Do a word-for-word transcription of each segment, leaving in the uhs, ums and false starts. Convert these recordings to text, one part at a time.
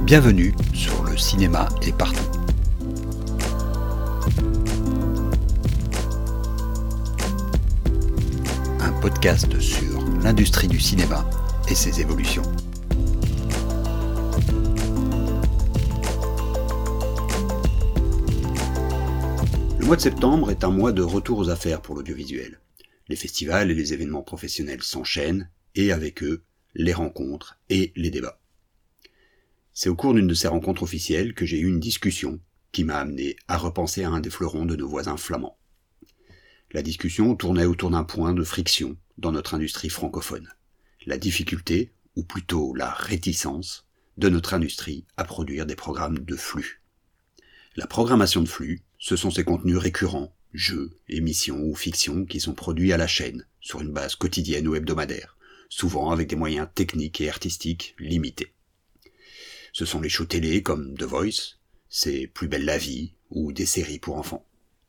Bienvenue sur Le Cinéma est partout. Un podcast sur l'industrie du cinéma et ses évolutions. Le mois de septembre est un mois de retour aux affaires pour l'audiovisuel. Les festivals et les événements professionnels s'enchaînent, et avec eux, les rencontres et les débats. C'est au cours d'une de ces rencontres officielles que j'ai eu une discussion qui m'a amené à repenser à un des fleurons de nos voisins flamands. La discussion tournait autour d'un point de friction dans notre industrie francophone. La difficulté, ou plutôt la réticence, de notre industrie à produire des programmes de flux. La programmation de flux, ce sont ces contenus récurrents, jeux, émissions ou fictions qui sont produits à la chaîne, sur une base quotidienne ou hebdomadaire, souvent avec des moyens techniques et artistiques limités. Ce sont les shows télé comme The Voice, C'est Plus belle la vie ou des séries pour enfants.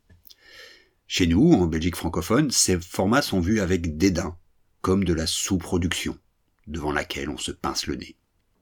Chez nous, en Belgique francophone, ces formats sont vus avec dédain, comme de la sous-production, devant laquelle on se pince le nez.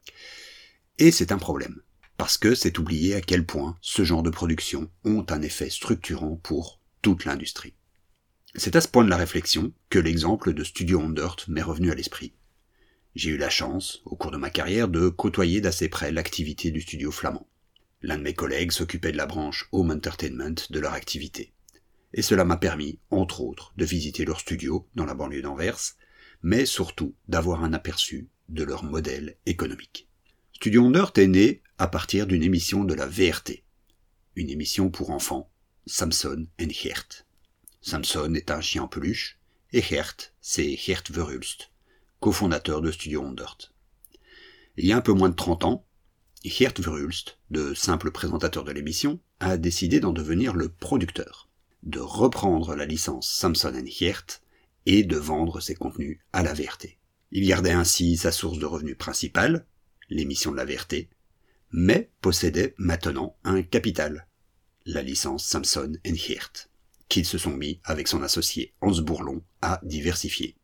Et c'est un problème, parce que c'est oublier à quel point ce genre de productions ont un effet structurant pour toute l'industrie. C'est à ce point de la réflexion que l'exemple de Studio Ondert m'est revenu à l'esprit. J'ai eu la chance, au cours de ma carrière, de côtoyer d'assez près l'activité du studio flamand. L'un de mes collègues s'occupait de la branche Home Entertainment de leur activité. Et cela m'a permis, entre autres, de visiter leur studio dans la banlieue d'Anvers, mais surtout d'avoir un aperçu de leur modèle économique. Studio Ondert est né à partir d'une émission de la V R T, une émission pour enfants, Samson and Gert. Samson est un chien en peluche, et Gert, c'est Gert Verhulst, cofondateur de Studio Ondert. Il y a un peu moins de trente ans, Gert Verhulst, de simple présentateur de l'émission, a décidé d'en devenir le producteur, de reprendre la licence Samson and Gert et de vendre ses contenus à la V R T. Il gardait ainsi sa source de revenus principale, l'émission de la V R T, mais possédait maintenant un capital, la licence Samson and Gert, qu'ils se sont mis avec son associé Hans Bourlon à diversifier.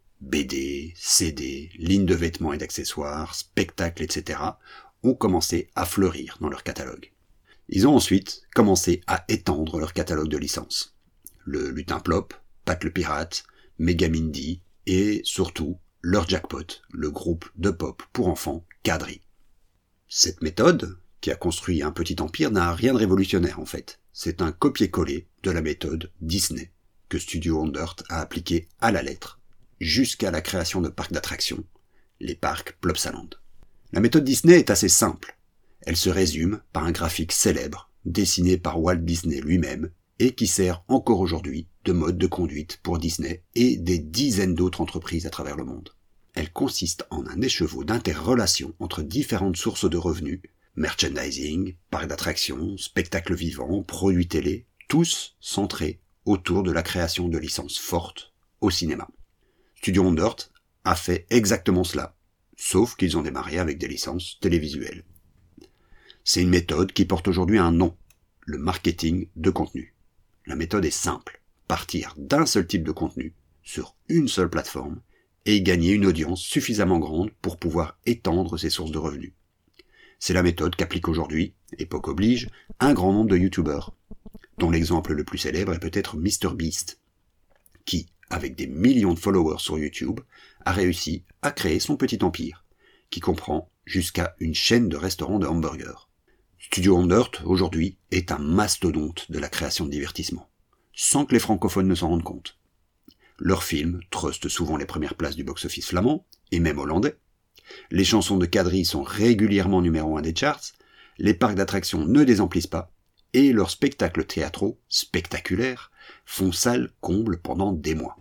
B D, C D, lignes de vêtements et d'accessoires, spectacles, et cetera ont commencé à fleurir dans leur catalogue. Ils ont ensuite commencé à étendre leur catalogue de licences. Le Lutin Plop, Pat le Pirate, Megamindy et surtout leur jackpot, le groupe de pop pour enfants Kadri. Cette méthode, qui a construit un petit empire, n'a rien de révolutionnaire en fait. C'est un copier-coller de la méthode Disney que Studio Ondert a appliquée à la lettre jusqu'à la création de parcs d'attractions, les parcs Plopsaland. La méthode Disney est assez simple. Elle se résume par un graphique célèbre, dessiné par Walt Disney lui-même, et qui sert encore aujourd'hui de mode de conduite pour Disney et des dizaines d'autres entreprises à travers le monde. Elle consiste en un écheveau d'interrelations entre différentes sources de revenus, merchandising, parcs d'attractions, spectacles vivants, produits télé, tous centrés autour de la création de licences fortes au cinéma. Studio Ondert a fait exactement cela, sauf qu'ils ont démarré avec des licences télévisuelles. C'est une méthode qui porte aujourd'hui un nom, le marketing de contenu. La méthode est simple, partir d'un seul type de contenu, sur une seule plateforme, et gagner une audience suffisamment grande pour pouvoir étendre ses sources de revenus. C'est la méthode qu'applique aujourd'hui, époque oblige, un grand nombre de youtubeurs, dont l'exemple le plus célèbre est peut-être MrBeast, qui, avec des millions de followers sur YouTube, a réussi à créer son petit empire, qui comprend jusqu'à une chaîne de restaurants de hamburgers. Studio Ondert, aujourd'hui, est un mastodonte de la création de divertissement, sans que les francophones ne s'en rendent compte. Leurs films trustent souvent les premières places du box-office flamand, et même hollandais. Les chansons de Kadri sont régulièrement numéro un des charts, les parcs d'attractions ne les emplissent pas, et leurs spectacles théâtraux, spectaculaires, font salle comble pendant des mois.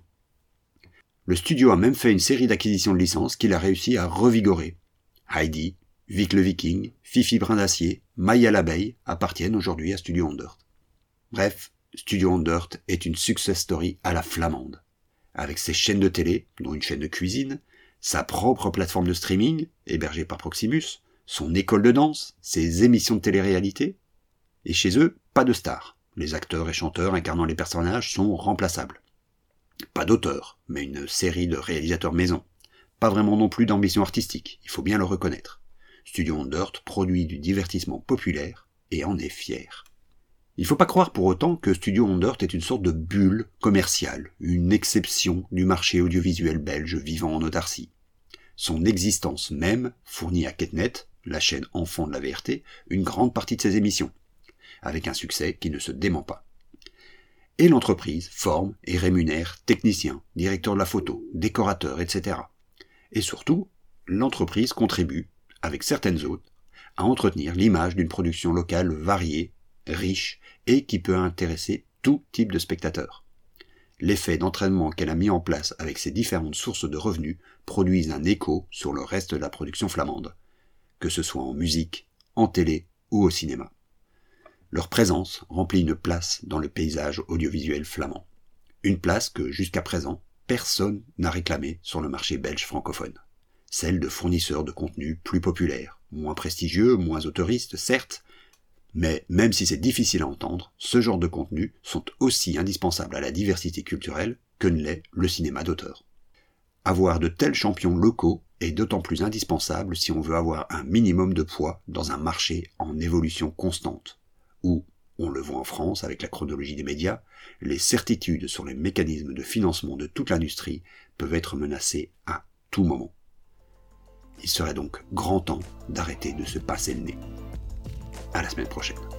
Le studio a même fait une série d'acquisitions de licences qu'il a réussi à revigorer. Heidi, Vic le Viking, Fifi Brin d'Acier, Maya l'abeille appartiennent aujourd'hui à Studio Ondert. Bref, Studio Ondert est une success story à la flamande. Avec ses chaînes de télé, dont une chaîne de cuisine, sa propre plateforme de streaming, hébergée par Proximus, son école de danse, ses émissions de télé-réalité. Et chez eux, pas de stars. Les acteurs et chanteurs incarnant les personnages sont remplaçables. Pas d'auteur, mais une série de réalisateurs maison. Pas vraiment non plus d'ambition artistique, il faut bien le reconnaître. Studio Ondert produit du divertissement populaire et en est fier. Il ne faut pas croire pour autant que Studio Ondert est une sorte de bulle commerciale, une exception du marché audiovisuel belge vivant en autarcie. Son existence même fournit à Ketnet, la chaîne enfant de la V R T, une grande partie de ses émissions, avec un succès qui ne se dément pas. Et l'entreprise forme et rémunère techniciens, directeurs de la photo, décorateurs, et cetera. Et surtout, l'entreprise contribue, avec certaines autres, à entretenir l'image d'une production locale variée, riche et qui peut intéresser tout type de spectateurs. L'effet d'entraînement qu'elle a mis en place avec ses différentes sources de revenus produisent un écho sur le reste de la production flamande, que ce soit en musique, en télé ou au cinéma. Leur présence remplit une place dans le paysage audiovisuel flamand. Une place que, jusqu'à présent, personne n'a réclamée sur le marché belge francophone. Celle de fournisseurs de contenus plus populaires, moins prestigieux, moins autoristes, certes, mais même si c'est difficile à entendre, ce genre de contenus sont aussi indispensables à la diversité culturelle que ne l'est le cinéma d'auteur. Avoir de tels champions locaux est d'autant plus indispensable si on veut avoir un minimum de poids dans un marché en évolution constante, où, on le voit en France avec la chronologie des médias, les certitudes sur les mécanismes de financement de toute l'industrie peuvent être menacées à tout moment. Il serait donc grand temps d'arrêter de se passer le nez. À la semaine prochaine.